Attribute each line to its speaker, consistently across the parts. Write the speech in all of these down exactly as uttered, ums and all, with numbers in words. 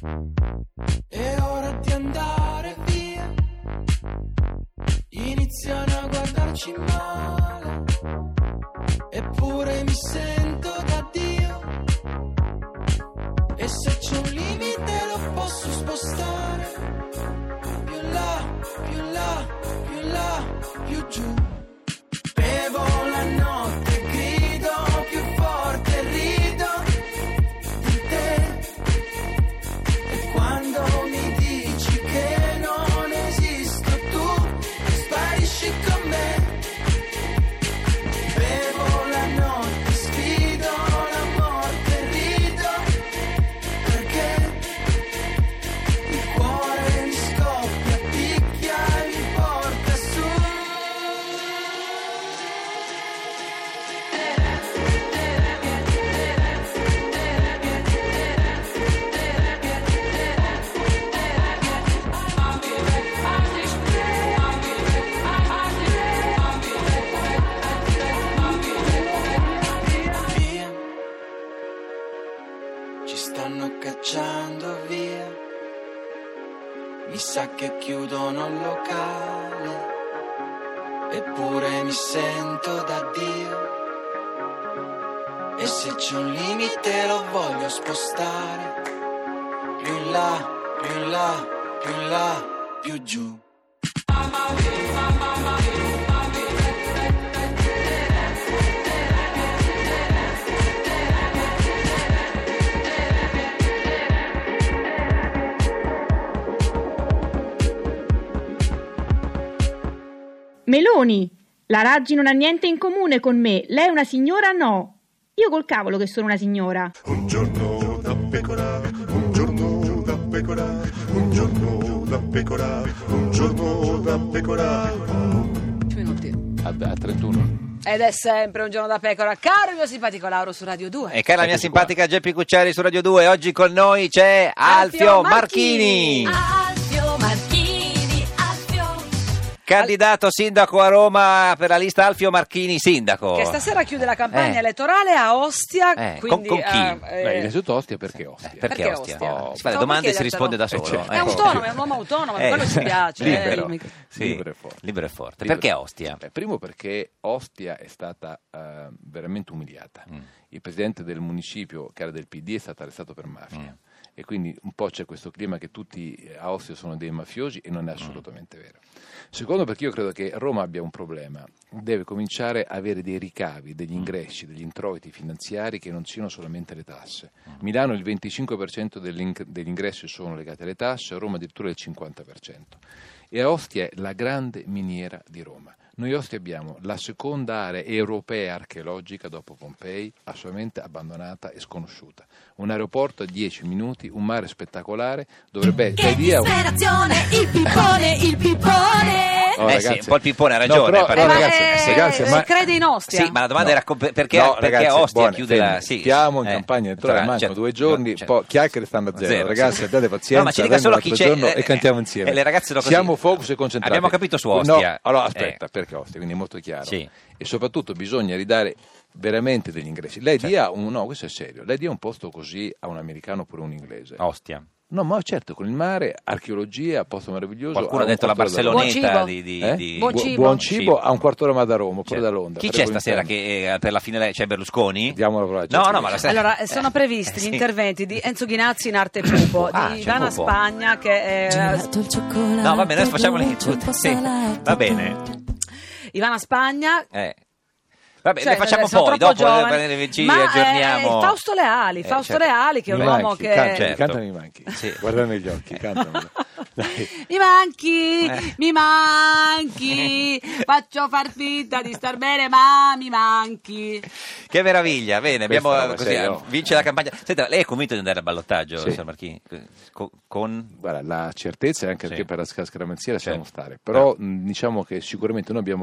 Speaker 1: È ora di andare via, iniziano a guardarci male, eppure mi sento da Dio. E se c'è un limite lo posso spostare, più là, più là, più là, più giù. Bevo la notte, grido più forte, rido di te. E quando mi dici che non esisto tu, sparisci con me. Bevo la notte, sfido la morte, rido perché il cuore mi scoppia, picchia e mi porta su. Via, ci stanno cacciando via, mi sa che chiudono il locale, eppure mi sento da Dio. E se c'è un limite lo voglio spostare, più in là, più in là, più in là, più giù.
Speaker 2: Meloni, la Raggi non ha niente in comune con me, lei è una signora? No. Io col cavolo che sono una signora.
Speaker 3: Un giorno da pecora, un giorno da pecora, un giorno da pecora, un giorno da pecora.
Speaker 4: Minuti.
Speaker 5: A, a trentuno.
Speaker 4: Ed è sempre un giorno da pecora, caro il mio simpatico Lauro su Radio due.
Speaker 5: E cara la mia
Speaker 6: Eccoci
Speaker 5: simpatica Geppi Cucciari su Radio due. Oggi con noi c'è Alfio,
Speaker 4: Alfio
Speaker 5: Marchini,
Speaker 4: Marchini.
Speaker 7: Alfio Marchini, Alfio.
Speaker 5: candidato sindaco a Roma per la lista Alfio Marchini sindaco.
Speaker 4: Che stasera chiude la campagna
Speaker 5: Eh.
Speaker 4: elettorale a Ostia.
Speaker 5: Eh,
Speaker 4: quindi,
Speaker 5: con- con chi?
Speaker 4: eh,
Speaker 6: Beh,
Speaker 4: eh,
Speaker 6: innanzitutto Ostia, perché Ostia?
Speaker 5: Eh, perché,
Speaker 4: Perché
Speaker 5: Ostia?
Speaker 4: Ostia?
Speaker 5: Oh, si fa
Speaker 4: Stavo
Speaker 5: le domande e
Speaker 4: per
Speaker 5: si risponde da
Speaker 4: chiedertelo.
Speaker 5: solo.
Speaker 6: Eh,
Speaker 4: è
Speaker 6: certo.
Speaker 4: autonomo, è un uomo autonomo,
Speaker 5: Eh,
Speaker 4: quello ci piace.
Speaker 5: libero.
Speaker 4: eh, il-
Speaker 5: Sì,
Speaker 6: Libero e forte.
Speaker 5: libero e forte.
Speaker 6: Libero.
Speaker 5: Perché Ostia?
Speaker 6: Beh, primo perché Ostia è stata eh, veramente umiliata.
Speaker 5: Mm.
Speaker 6: Il presidente del municipio, che era del P D, è stato arrestato per mafia.
Speaker 5: Mm.
Speaker 6: E quindi un po' c'è questo clima che tutti a Ostia sono dei mafiosi e non è assolutamente vero. Secondo, perché io credo che Roma abbia un problema, deve cominciare a avere dei ricavi, degli ingressi, degli introiti finanziari che non siano solamente le tasse. Milano il venticinque per cento degli ingressi sono legati alle tasse, a Roma addirittura il cinquanta per cento. E a Ostia è la grande miniera di Roma. Noi Ostia abbiamo la seconda area europea archeologica dopo Pompei, assolutamente abbandonata e sconosciuta. Un aeroporto a dieci minuti, un mare spettacolare, dovrebbe
Speaker 7: Che
Speaker 6: via.
Speaker 7: disperazione, il pippone, il pippone.
Speaker 6: Oh,
Speaker 5: eh
Speaker 6: ragazzi.
Speaker 5: sì, un po' il pippone ha ragione.
Speaker 6: No, però-
Speaker 5: però-
Speaker 4: Eh,
Speaker 6: no,
Speaker 4: ma
Speaker 6: ragazzi,
Speaker 4: eh,
Speaker 6: ragazzi,
Speaker 4: eh,
Speaker 6: ma-
Speaker 4: crede in Ostia?
Speaker 5: Sì, ma la domanda
Speaker 6: No.
Speaker 5: era co- perché,
Speaker 6: No,
Speaker 5: perché
Speaker 6: ragazzi,
Speaker 5: Ostia
Speaker 6: buone,
Speaker 5: chiude la...
Speaker 6: fermi.
Speaker 5: Sì,
Speaker 6: Stiamo in
Speaker 5: eh,
Speaker 6: campagna elettorale,
Speaker 5: tra-
Speaker 6: mancano
Speaker 5: certo,
Speaker 6: due giorni,
Speaker 5: certo.
Speaker 6: poi chiacchiere stanno a zero.
Speaker 5: Zero,
Speaker 6: Ragazzi,
Speaker 5: sì.
Speaker 6: abbiate pazienza,
Speaker 5: No, ma ci dica
Speaker 6: vengo
Speaker 5: solo chi
Speaker 6: l'altro
Speaker 5: c'è,
Speaker 6: giorno
Speaker 5: eh,
Speaker 6: e cantiamo insieme.
Speaker 5: eh, le ragazze sono così-
Speaker 6: Siamo focus e concentrati.
Speaker 5: Abbiamo capito su
Speaker 6: No,
Speaker 5: Ostia.
Speaker 6: allora aspetta,
Speaker 5: Eh.
Speaker 6: perché Ostia, quindi è molto chiaro.
Speaker 5: Sì.
Speaker 6: E soprattutto bisogna ridare veramente degli ingressi. Lei
Speaker 5: Certo.
Speaker 6: dia un, no, questo è serio, lei dia un posto così a un americano oppure un inglese.
Speaker 5: Ostia.
Speaker 6: No, ma certo, con il mare, archeologia, posto meraviglioso.
Speaker 5: Qualcuno
Speaker 6: a
Speaker 5: ha
Speaker 6: un
Speaker 5: detto la
Speaker 6: quarto d'ora da
Speaker 4: Buon
Speaker 5: Barceloneta
Speaker 4: cibo.
Speaker 5: di... di,
Speaker 6: Roma. Eh?
Speaker 5: di-
Speaker 4: Buon
Speaker 6: Bu-
Speaker 4: cibo.
Speaker 6: buon cibo a un quarto d'ora da Roma, oppure
Speaker 5: Certo.
Speaker 6: da Londra.
Speaker 5: Chi
Speaker 6: prego
Speaker 5: c'è stasera
Speaker 6: l'interno.
Speaker 5: che eh, per la fine c'è Berlusconi?
Speaker 6: Diamo la parola a
Speaker 5: No,
Speaker 6: Gianni.
Speaker 5: no, ma la sera...
Speaker 4: Allora, eh, sono previsti
Speaker 5: Eh,
Speaker 4: gli
Speaker 5: sì.
Speaker 4: interventi di Enzo Ghinazzi in arte Pupo,
Speaker 5: Ah,
Speaker 4: di
Speaker 5: c'è
Speaker 4: Ivana
Speaker 5: Pupo.
Speaker 4: Spagna che è
Speaker 7: Gelato il cioccolato.
Speaker 5: No, va bene, adesso facciamole
Speaker 7: dolce, un
Speaker 5: tutte.
Speaker 7: po'
Speaker 5: Sì,
Speaker 7: salato.
Speaker 5: va bene.
Speaker 4: Ivana Spagna.
Speaker 5: Eh. Vabbè,
Speaker 4: Cioè,
Speaker 5: le facciamo
Speaker 4: sono
Speaker 5: poi,
Speaker 4: troppo
Speaker 5: dopo
Speaker 4: giovani.
Speaker 5: eh, ci
Speaker 4: Ma, eh,
Speaker 5: aggiorniamo.
Speaker 4: Fausto Leali,
Speaker 5: Eh,
Speaker 4: Fausto
Speaker 5: certo.
Speaker 4: Leali che è un
Speaker 6: Mi
Speaker 4: uomo
Speaker 6: manchi,
Speaker 4: che
Speaker 6: canta-
Speaker 5: Certo.
Speaker 6: cantami, mi manchi.
Speaker 5: Sì.
Speaker 6: Guarda negli occhi, cantamelo. Dai.
Speaker 4: mi manchi,
Speaker 5: Eh.
Speaker 4: mi manchi, faccio far finta di star bene, ma mi manchi.
Speaker 5: Che meraviglia, bene, abbiamo
Speaker 6: Questa roba
Speaker 5: così,
Speaker 6: seria, oh.
Speaker 5: vince la campagna. Senta, lei è convinto di andare al ballottaggio,
Speaker 6: Sì.
Speaker 5: signor Marchini? Co- con...
Speaker 6: Guarda, la certezza è anche
Speaker 5: Sì.
Speaker 6: perché per la sca- scaramanzia lasciamo
Speaker 5: Certo.
Speaker 6: stare, però mh, diciamo che sicuramente noi abbiamo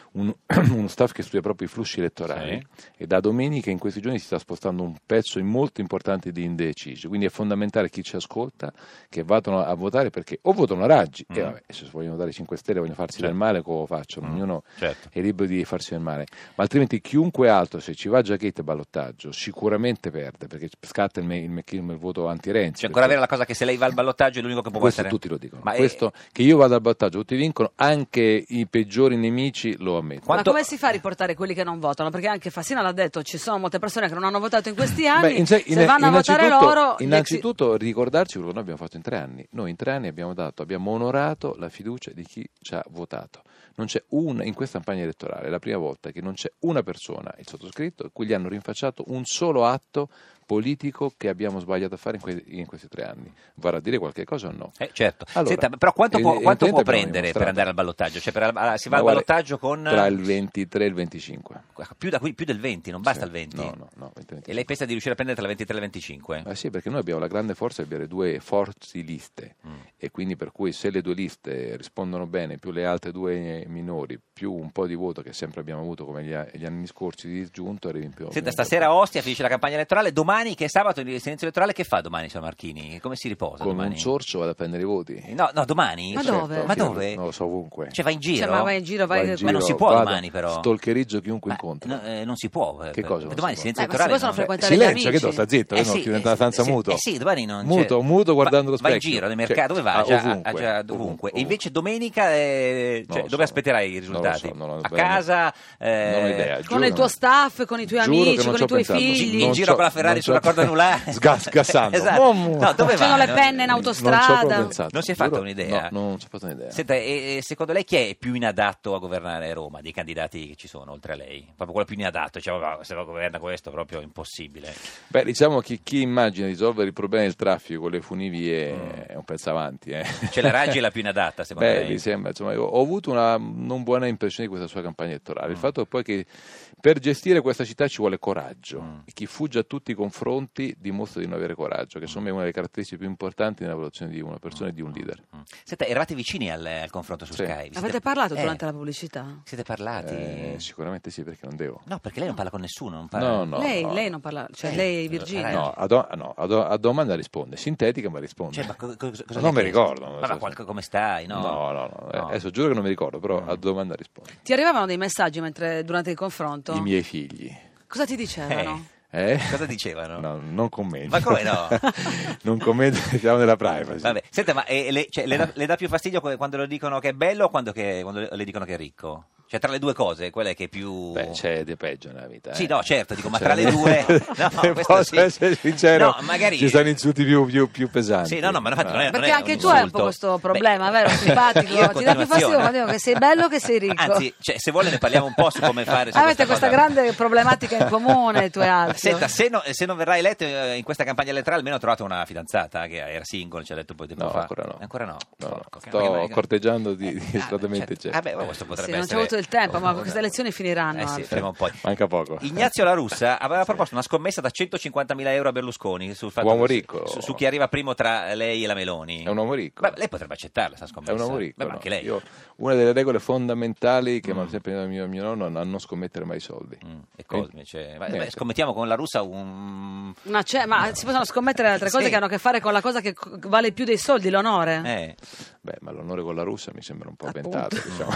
Speaker 6: un, uno staff che studia proprio i flussi elettorali, sì. E da domenica in questi giorni si sta spostando un pezzo molto importante di indecisi, quindi è fondamentale chi ci ascolta che vadano a votare, perché o votano Raggi, mm. e vabbè, se vogliono votare cinque Stelle vogliono farsi certo. del male, come lo facciano, mm. ognuno certo. è libero di farsi del male, ma altrimenti chiunque altro, se ci va Giachetti a ballottaggio, sicuramente perde, perché scatta il, me- il meccanismo del voto anti-Renzi.
Speaker 5: C'è ancora vera la cosa che se lei va al ballottaggio è l'unico che può
Speaker 6: questo
Speaker 5: essere...
Speaker 6: tutti lo dicono,
Speaker 5: ma
Speaker 6: questo
Speaker 5: è...
Speaker 6: che io vado al ballottaggio tutti vincono, anche i peggiori nemici lo ammettono.
Speaker 4: Quanto... Ma come si fa a riportare quelli che non votano? Perché anche Fassina l'ha detto, ci sono molte persone che non hanno votato in questi anni. Beh, in se, in, se vanno a votare loro...
Speaker 6: Innanzitutto ricordarci quello che noi abbiamo fatto in tre anni. Noi in tre anni abbiamo dato, abbiamo onorato la fiducia di chi ci ha votato. Non c'è una, in questa campagna elettorale, è la prima volta che non c'è una persona, il sottoscritto, a cui gli hanno rinfacciato un solo atto politico che abbiamo sbagliato a fare in, que- in questi tre anni. Vorrà a dire qualche cosa o no?
Speaker 5: Eh, certo.
Speaker 6: Allora,
Speaker 5: Senta, però quanto può,
Speaker 6: e,
Speaker 5: quanto
Speaker 6: e
Speaker 5: può prendere per andare al ballottaggio? Cioè per, uh, si va
Speaker 6: Ma
Speaker 5: al
Speaker 6: guarda,
Speaker 5: ballottaggio con...
Speaker 6: Tra il ventitré e il venticinque.
Speaker 5: Più, da qui, più del venti, non basta
Speaker 6: sì.
Speaker 5: il venti?
Speaker 6: No, no, no. venti, venticinque.
Speaker 5: E lei pensa di riuscire a prendere tra il ventitré e il venticinque?
Speaker 6: Eh sì, perché noi abbiamo la grande forza di avere due forti liste, mm. e quindi per cui se le due liste rispondono bene, più le altre due minori, più un po' di voto che sempre abbiamo avuto come gli, gli anni scorsi di disgiunto, arrivi in più.
Speaker 5: Senta, stasera a Ostia finisce la campagna elettorale, domani che è sabato il silenzio elettorale, che fa domani signor Marchini? Come si riposa
Speaker 6: con
Speaker 5: domani?
Speaker 6: un sorcio vado a prendere i voti.
Speaker 5: No, no, domani?
Speaker 4: Ma
Speaker 5: certo.
Speaker 4: dove?
Speaker 5: Ma dove?
Speaker 6: Non lo so, ovunque.
Speaker 5: Cioè va in giro?
Speaker 4: Cioè, ma vai in giro, vai...
Speaker 6: vai in giro,
Speaker 5: ma non si può
Speaker 6: vado,
Speaker 5: domani però.
Speaker 6: Stalkerizzo chiunque
Speaker 5: ma,
Speaker 6: incontro.
Speaker 5: No, eh, non si può.
Speaker 6: Che cosa?
Speaker 5: Domani il silenzio
Speaker 4: eh,
Speaker 5: elettorale.
Speaker 4: Ma si possono
Speaker 5: non...
Speaker 4: frequentare
Speaker 6: Silenzio,
Speaker 4: gli
Speaker 6: che
Speaker 4: amici?
Speaker 6: devo sta zitto,
Speaker 5: eh
Speaker 6: io non
Speaker 5: sì,
Speaker 6: chiudo in una stanza
Speaker 5: sì,
Speaker 6: muto.
Speaker 5: Eh sì, domani non
Speaker 6: muto,
Speaker 5: c'è...
Speaker 6: muto guardando lo
Speaker 5: va,
Speaker 6: specchio.
Speaker 5: va in giro nel mercato,
Speaker 6: cioè,
Speaker 5: dove va?
Speaker 6: ah,
Speaker 5: già,
Speaker 6: ovunque,
Speaker 5: ah, già,
Speaker 6: ovunque,
Speaker 5: ovunque. E
Speaker 6: ovunque.
Speaker 5: invece domenica eh, cioè,
Speaker 6: so.
Speaker 5: dove aspetterai i risultati?
Speaker 6: Non lo so, non lo-
Speaker 5: a casa? Eh...
Speaker 6: Non ho idea.
Speaker 4: Con il tuo staff, con i tuoi amici, con i tuoi figli?
Speaker 5: In giro con la Ferrari sulla corda anulare?
Speaker 6: Sgassando.
Speaker 5: Esatto. No, dove
Speaker 4: C'hanno
Speaker 5: va?
Speaker 4: le penne in
Speaker 6: Non ci ho
Speaker 4: autostrada?
Speaker 6: proprio pensato.
Speaker 5: Non si è fatta
Speaker 6: Giuro?
Speaker 5: un'idea?
Speaker 6: No, non ci ho fatto un'idea.
Speaker 5: Senta, e, e secondo lei chi è più inadatto a governare Roma, dei candidati che ci sono, oltre a lei? Proprio quello più inadatto, diciamo, "Va, se lo governa questo è proprio impossibile."
Speaker 6: Beh, diciamo che chi immagina di risolvere il problema del traffico con le funivie
Speaker 5: Mm.
Speaker 6: è un pezzo avanti. Eh.
Speaker 5: Cioè la Raggi è la più inadatta, secondo
Speaker 6: Beh,
Speaker 5: lei?
Speaker 6: mi sembra, insomma, io ho avuto una non buona impressione di questa sua campagna elettorale. Il
Speaker 5: Mm.
Speaker 6: fatto è poi che per gestire questa città ci vuole coraggio.
Speaker 5: Mm.
Speaker 6: E chi fugge a tutti i confronti dimostra di non avere coraggio, che insomma è una delle caratteristiche più importanti nella valutazione di una persona e di un leader.
Speaker 5: Mm. Senta, eravate vicini al, al confronto su
Speaker 6: Sì.
Speaker 5: Sky? Vi siete-
Speaker 4: Avete parlato
Speaker 5: eh,
Speaker 4: durante la pubblicità?
Speaker 5: Siete parlati?
Speaker 6: Eh, sicuramente sì, perché non devo.
Speaker 5: No, perché lei non parla con nessuno. Non parla...
Speaker 6: No, no.
Speaker 4: lei,
Speaker 6: no.
Speaker 4: lei non parla, cioè
Speaker 5: Eh,
Speaker 4: lei
Speaker 5: eh,
Speaker 4: Virginia.
Speaker 6: No, a, do- no, a, do- a domanda risponde, sintetica ma risponde.
Speaker 5: Cioè, ma co- co- cosa
Speaker 6: non
Speaker 5: le
Speaker 6: mi
Speaker 5: ha chiesto?
Speaker 6: ricordo. non
Speaker 5: Ma,
Speaker 6: so
Speaker 5: ma
Speaker 6: se-
Speaker 5: qualche- come stai? No,
Speaker 6: No, no, no, eh,
Speaker 5: No.
Speaker 6: adesso giuro che non mi ricordo, però a domanda risponde.
Speaker 4: Ti arrivavano dei messaggi mentre, durante il confronto?
Speaker 6: I miei figli.
Speaker 4: Cosa ti dicevano?
Speaker 6: Eh?
Speaker 5: Cosa dicevano?
Speaker 6: No, non commento.
Speaker 5: Ma come no?
Speaker 6: non commento, siamo nella privacy.
Speaker 5: Vabbè, senta, ma eh, le, cioè, le, dà, le dà più fastidio que- quando le dicono che è bello o quando, che, quando le, le dicono che è ricco? Cioè tra le due cose, quella è che è più...
Speaker 6: Beh, c'è di peggio nella vita.
Speaker 5: Sì,
Speaker 6: eh.
Speaker 5: no, certo, dico, ma
Speaker 6: C'è-
Speaker 5: tra le due... No,
Speaker 6: Se
Speaker 5: questo
Speaker 6: posso
Speaker 5: sì.
Speaker 6: essere sincero,
Speaker 5: No, magari...
Speaker 6: ci sono insulti più, più, più pesanti.
Speaker 5: Sì, no, no, ma infatti non è, non
Speaker 4: Perché
Speaker 5: è
Speaker 4: anche
Speaker 5: un
Speaker 4: tu hai un
Speaker 5: insulto.
Speaker 4: po' questo problema, vero? Simpatico?
Speaker 5: io a
Speaker 4: Ti dà più fastidio
Speaker 5: continuazione.
Speaker 4: quando dico che sei bello o che sei ricco?
Speaker 5: Anzi, cioè, se vuole ne parliamo un po' su come fare su
Speaker 4: Avete questa
Speaker 5: cosa.
Speaker 4: grande problematica in comune, tu e altri.
Speaker 5: Senta, se, no- se non verrà eletto eh, in questa campagna elettorale, almeno ho trovato una fidanzata che era single, ci ha detto un po' di tempo
Speaker 6: No,
Speaker 5: fa.
Speaker 6: ancora no.
Speaker 5: Ancora no.
Speaker 6: No, no,
Speaker 5: Porco,
Speaker 6: sto
Speaker 5: che- che-
Speaker 6: corteggiando di, di
Speaker 5: Ah,
Speaker 6: discretamente
Speaker 5: certo.
Speaker 6: certo.
Speaker 5: Ah, beh, ma questo potrebbe
Speaker 4: Sì, non c'è
Speaker 5: essere...
Speaker 4: avuto il tempo, ma
Speaker 5: Oh,
Speaker 4: queste elezioni finiranno.
Speaker 5: Eh sì,
Speaker 4: Alfio.
Speaker 5: faremo un po'.
Speaker 6: Manca poco.
Speaker 5: Ignazio La Russa aveva proposto una scommessa da centocinquantamila euro a Berlusconi sul fatto
Speaker 6: Uomo
Speaker 5: che-
Speaker 6: ricco.
Speaker 5: su, su chi arriva primo tra lei e la Meloni.
Speaker 6: È un uomo ricco.
Speaker 5: Beh, lei potrebbe accettarla questa
Speaker 6: È
Speaker 5: scommessa.
Speaker 6: un uomo ricco.
Speaker 5: Beh, ma
Speaker 6: no.
Speaker 5: anche lei.
Speaker 6: Io, una delle regole fondamentali che
Speaker 5: Mm.
Speaker 6: mi ha sempre dato mio, mio nonno è a non scommettere mai soldi.
Speaker 5: Mm, e cosa invece? Ma-
Speaker 6: Niente.
Speaker 5: beh, scommettiamo con La Russa un...
Speaker 4: Una ce- ma si possono scommettere altre cose
Speaker 5: Sì.
Speaker 4: che hanno a che fare con la cosa che co- vale più dei soldi, l'onore?
Speaker 5: Eh.
Speaker 6: Beh, ma l'onore con la russa mi sembra un po'
Speaker 4: Appunto.
Speaker 6: avventato, diciamo.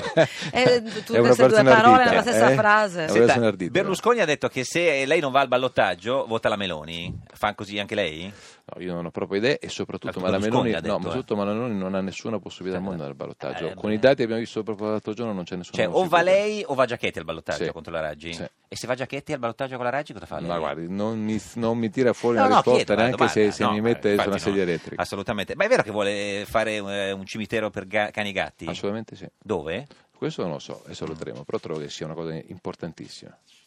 Speaker 4: Eh, tutte
Speaker 6: È una
Speaker 4: queste due
Speaker 6: persona
Speaker 4: parole
Speaker 6: ardita,
Speaker 4: nella stessa
Speaker 6: eh?
Speaker 4: frase.
Speaker 6: È
Speaker 5: Senta,
Speaker 6: persona ardita.
Speaker 5: Berlusconi ha detto che se lei non va al ballottaggio, vota la Meloni. Fa così anche lei?
Speaker 6: No, io non ho proprio idee e soprattutto
Speaker 5: Ah,
Speaker 6: ma la
Speaker 5: Berlusconi
Speaker 6: Meloni,
Speaker 5: l'ha detto,
Speaker 6: no, ma
Speaker 5: eh.
Speaker 6: soprattutto ma la Meloni non ha nessuna possibilità al mondo nel ballottaggio.
Speaker 5: Eh,
Speaker 6: Con
Speaker 5: beh.
Speaker 6: i dati che abbiamo visto proprio l'altro giorno non c'è nessuna
Speaker 5: Cioè, o va
Speaker 6: possibilità.
Speaker 5: lei o va Giachetti al ballottaggio
Speaker 6: Sì.
Speaker 5: contro la Raggi?
Speaker 6: Sì.
Speaker 5: E se va Giachetti al ballottaggio con la Raggi, cosa fa lei?
Speaker 6: Ma guardi, non mi, non mi tira fuori
Speaker 5: No,
Speaker 6: una
Speaker 5: no,
Speaker 6: risposta
Speaker 5: chiedo,
Speaker 6: neanche
Speaker 5: una
Speaker 6: se,
Speaker 5: domanda.
Speaker 6: se
Speaker 5: No,
Speaker 6: mi mette su
Speaker 5: infatti
Speaker 6: una
Speaker 5: no.
Speaker 6: sedia elettrica.
Speaker 5: Assolutamente. Ma è vero che vuole fare eh, un cimitero per ga- cani e gatti?
Speaker 6: Assolutamente sì.
Speaker 5: Dove?
Speaker 6: Questo non lo so, adesso lo vedremo, però trovo che sia una cosa importantissima.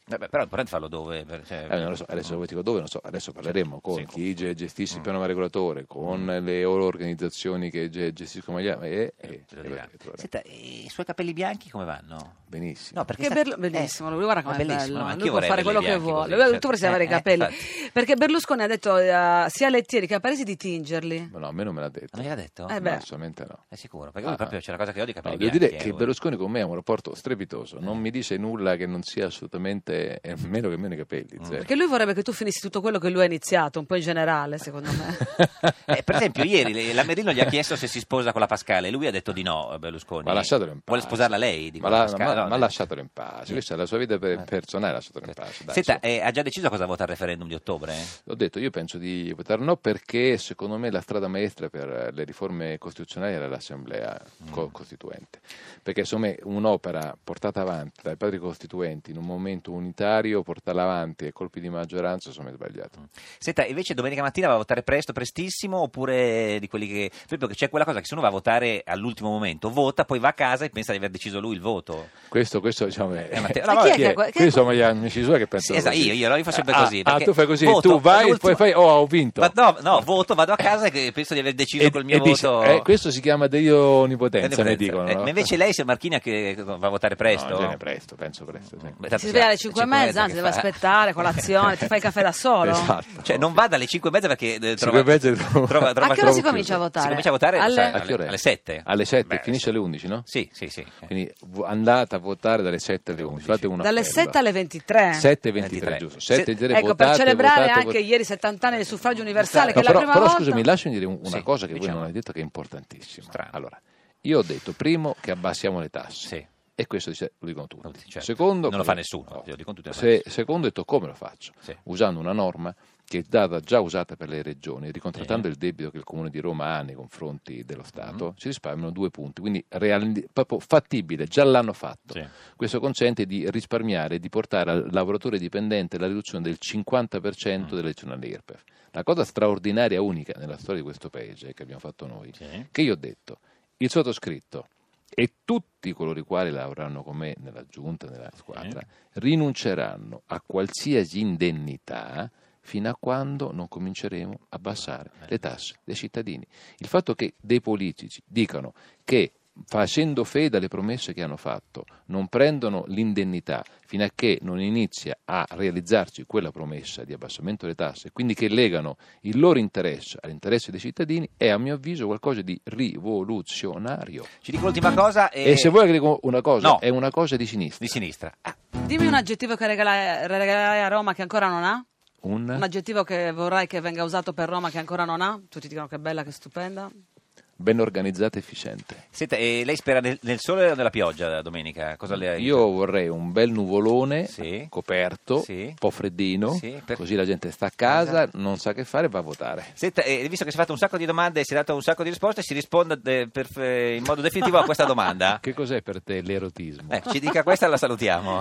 Speaker 5: Vabbè, però è importante farlo dove? Per, cioè,
Speaker 6: eh, non lo so, adesso ti dico dove, non so, adesso parleremo con
Speaker 5: sì,
Speaker 6: chi
Speaker 5: sì.
Speaker 6: gestisce il piano regolatore, con mm. le organizzazioni che gestiscono gli altri. E, e,
Speaker 5: e, e, Senta, i suoi capelli bianchi come vanno?
Speaker 6: Benissimo.
Speaker 5: No, perché
Speaker 4: che
Speaker 5: sta...
Speaker 4: Berlu- bellissimo, lui guarda come è bello,
Speaker 5: no,
Speaker 4: lui può fare quello che vuole,
Speaker 5: così,
Speaker 4: lui,
Speaker 5: certo.
Speaker 4: tu vorresti avere
Speaker 5: eh,
Speaker 4: i capelli,
Speaker 5: eh,
Speaker 4: perché Berlusconi ha detto uh, sia a Lettieri che a Parisi di tingerli.
Speaker 6: Ma no, a me non me l'ha detto.
Speaker 5: Non gliel'ha detto?
Speaker 4: Eh
Speaker 6: no, assolutamente no.
Speaker 5: È sicuro, perché
Speaker 6: ah,
Speaker 5: lui proprio c'è una cosa che odia i capelli
Speaker 6: no, devo
Speaker 5: bianchi.
Speaker 6: dire che Berlusconi con me ha un rapporto strepitoso, non mi dice nulla che non sia assolutamente, eh, meno che meno i capelli.
Speaker 5: Mm.
Speaker 4: Perché lui vorrebbe che tu finissi tutto quello che lui ha iniziato, un po' in generale, secondo me.
Speaker 5: eh, per esempio, ieri la Merino gli ha chiesto se si sposa con la Pascale e lui ha detto di no, Berlusconi.
Speaker 6: Ma lasciatelo in pace.
Speaker 5: Vuole sposarla lei? Dico,
Speaker 6: ma, la,
Speaker 5: Pascale,
Speaker 6: ma,
Speaker 5: no,
Speaker 6: ma
Speaker 5: eh.
Speaker 6: lasciatelo in pace, questa è la sua vita per, personale, lasciatelo in pace. Dai,
Speaker 5: Senta, eh, ha già deciso cosa vota al referendum di ottobre?
Speaker 6: L'ho detto, io penso di votare no perché secondo me la strada maestra per le riforme costituzionali era l'Assemblea mm. co- Costituente. Perché secondo me un'opera portata avanti dai padri costituenti in un momento unitario, portarla avanti a colpi di maggioranza, secondo me è sbagliato.
Speaker 5: Mm. Senta, invece domenica mattina va a votare presto, prestissimo, oppure di quelli che... Perché c'è quella cosa che se uno va a votare all'ultimo momento, vota, poi va a casa e pensa di aver deciso lui il voto.
Speaker 6: Questo, questo diciamo è...
Speaker 5: Eh, ma te...
Speaker 6: no,
Speaker 5: ma
Speaker 6: vabbè,
Speaker 5: chi è
Speaker 6: che,
Speaker 5: che...
Speaker 6: Qui sono gli amici suoi che pensano
Speaker 5: sì, esatto,
Speaker 6: così.
Speaker 5: io, io, io faccio sempre
Speaker 6: ah,
Speaker 5: così.
Speaker 6: Ah, tu fai così,
Speaker 5: voto,
Speaker 6: tu vai e poi fai, oh, ho vinto.
Speaker 5: Ma no, no, voto, vado a casa e penso di aver deciso
Speaker 6: e,
Speaker 5: col mio
Speaker 6: e
Speaker 5: voto.
Speaker 6: Dice, eh, questo si chiama Dio onnipotenza, mi dicono.
Speaker 5: Eh,
Speaker 6: no?
Speaker 5: Ma invece lei, signor Marchini, che va a votare presto?
Speaker 6: No, in genere presto, penso presto. Sì.
Speaker 5: Beh,
Speaker 4: si sveglia alle cinque e mezza, anzi deve fa... aspettare colazione, ti fai il caffè da solo.
Speaker 6: Esatto.
Speaker 5: Cioè non va dalle cinque e mezza perché eh, trova,
Speaker 6: cinque e mezza trova,
Speaker 5: trova, trova
Speaker 4: a che ora si comincia a votare?
Speaker 5: Si comincia a votare
Speaker 4: alle,
Speaker 5: sai,
Speaker 6: a che ore?
Speaker 5: alle sette.
Speaker 6: Alle sette,
Speaker 5: Beh,
Speaker 6: finisce alle undici, no?
Speaker 5: Sì, sì, sì.
Speaker 6: Quindi andate a votare dalle sette alle undici. Fate una
Speaker 4: dalle
Speaker 6: appello.
Speaker 4: sette alle ventitré.
Speaker 6: sette e ventitré, giusto. sette e ventitré,
Speaker 4: ecco,
Speaker 6: votate,
Speaker 4: per celebrare
Speaker 6: votate,
Speaker 4: anche
Speaker 6: votate.
Speaker 4: ieri settanta anni del suffragio universale,
Speaker 6: No,
Speaker 4: che è
Speaker 6: però,
Speaker 4: la prima
Speaker 6: però
Speaker 4: volta.
Speaker 6: scusami, lasciami dire una
Speaker 5: sì,
Speaker 6: cosa che
Speaker 5: diciamo.
Speaker 6: voi non avete detto che è importantissima.
Speaker 5: Strano.
Speaker 6: Allora, io ho detto primo che abbassiamo le tasse.
Speaker 5: Sì.
Speaker 6: E questo dice, lo dicono tutti.
Speaker 5: Certo.
Speaker 6: Secondo,
Speaker 5: non lo fa nessuno.
Speaker 6: No.
Speaker 5: Io dico tutti,
Speaker 6: Se, secondo ho detto come lo faccio?
Speaker 5: Sì.
Speaker 6: Usando una norma che è data, già usata per le regioni, ricontrattando
Speaker 5: sì.
Speaker 6: il debito che il Comune di Roma ha nei confronti dello Stato, mm. si risparmiano due punti, quindi reali, proprio fattibile, già l'hanno fatto.
Speaker 5: Sì.
Speaker 6: Questo consente di risparmiare e di portare al lavoratore dipendente la riduzione del cinquanta per cento mm. dell'addizionale I R P E F. La cosa straordinaria, unica nella storia di questo paese che abbiamo fatto noi,
Speaker 5: sì.
Speaker 6: che io ho detto, il sottoscritto e tutti coloro i quali lavoreranno con me nella giunta, nella squadra, sì. rinunceranno a qualsiasi indennità fino a quando non cominceremo a abbassare eh. le tasse dei cittadini. Il fatto che dei politici dicano che facendo fede alle promesse che hanno fatto non prendono l'indennità fino a che non inizia a realizzarsi quella promessa di abbassamento delle tasse, quindi che legano il loro interesse all'interesse dei cittadini, è a mio avviso qualcosa di rivoluzionario.
Speaker 5: Ci dico l'ultima cosa e,
Speaker 6: e se vuoi che dico una cosa,
Speaker 5: no.
Speaker 6: è una cosa di sinistra.
Speaker 5: Di sinistra. Ah.
Speaker 4: Dimmi un aggettivo che regalai, regalai a Roma che ancora non ha.
Speaker 6: Un...
Speaker 4: un aggettivo che vorrai che venga usato per Roma che ancora non ha. Tutti dicono che bella, che stupenda.
Speaker 6: Ben organizzata e efficiente.
Speaker 5: Senta, e lei spera nel, nel sole o nella pioggia domenica? Cosa le...
Speaker 6: Io vorrei un bel nuvolone
Speaker 5: sì.
Speaker 6: coperto,
Speaker 5: sì.
Speaker 6: un po' freddino, sì, per... così la gente sta a casa, esatto. non sa che fare e va a votare.
Speaker 5: Senta, eh, visto che si è fatto un sacco di domande e si è dato un sacco di risposte, si risponda de, per, in modo definitivo a questa domanda.
Speaker 6: Che cos'è per te l'erotismo?
Speaker 5: Eh, ci dica questa e la salutiamo.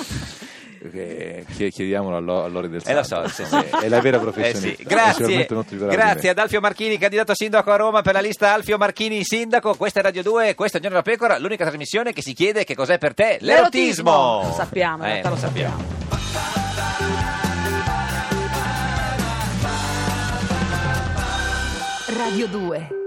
Speaker 6: Che chiediamolo a Lori del
Speaker 5: eh, lo
Speaker 6: Santo,
Speaker 5: so, sì,
Speaker 6: sì. È la vera professionista.
Speaker 5: Eh, sì. Grazie, grazie ad Alfio Marchini, candidato sindaco a Roma per la lista Alfio Marchini sindaco. Questa è Radio due, questa è Giorno da Pecora, l'unica trasmissione che si chiede che cos'è per te l'erotismo.
Speaker 4: l'erotismo. Lo sappiamo,
Speaker 5: eh,
Speaker 4: lo sappiamo.
Speaker 7: Radio due.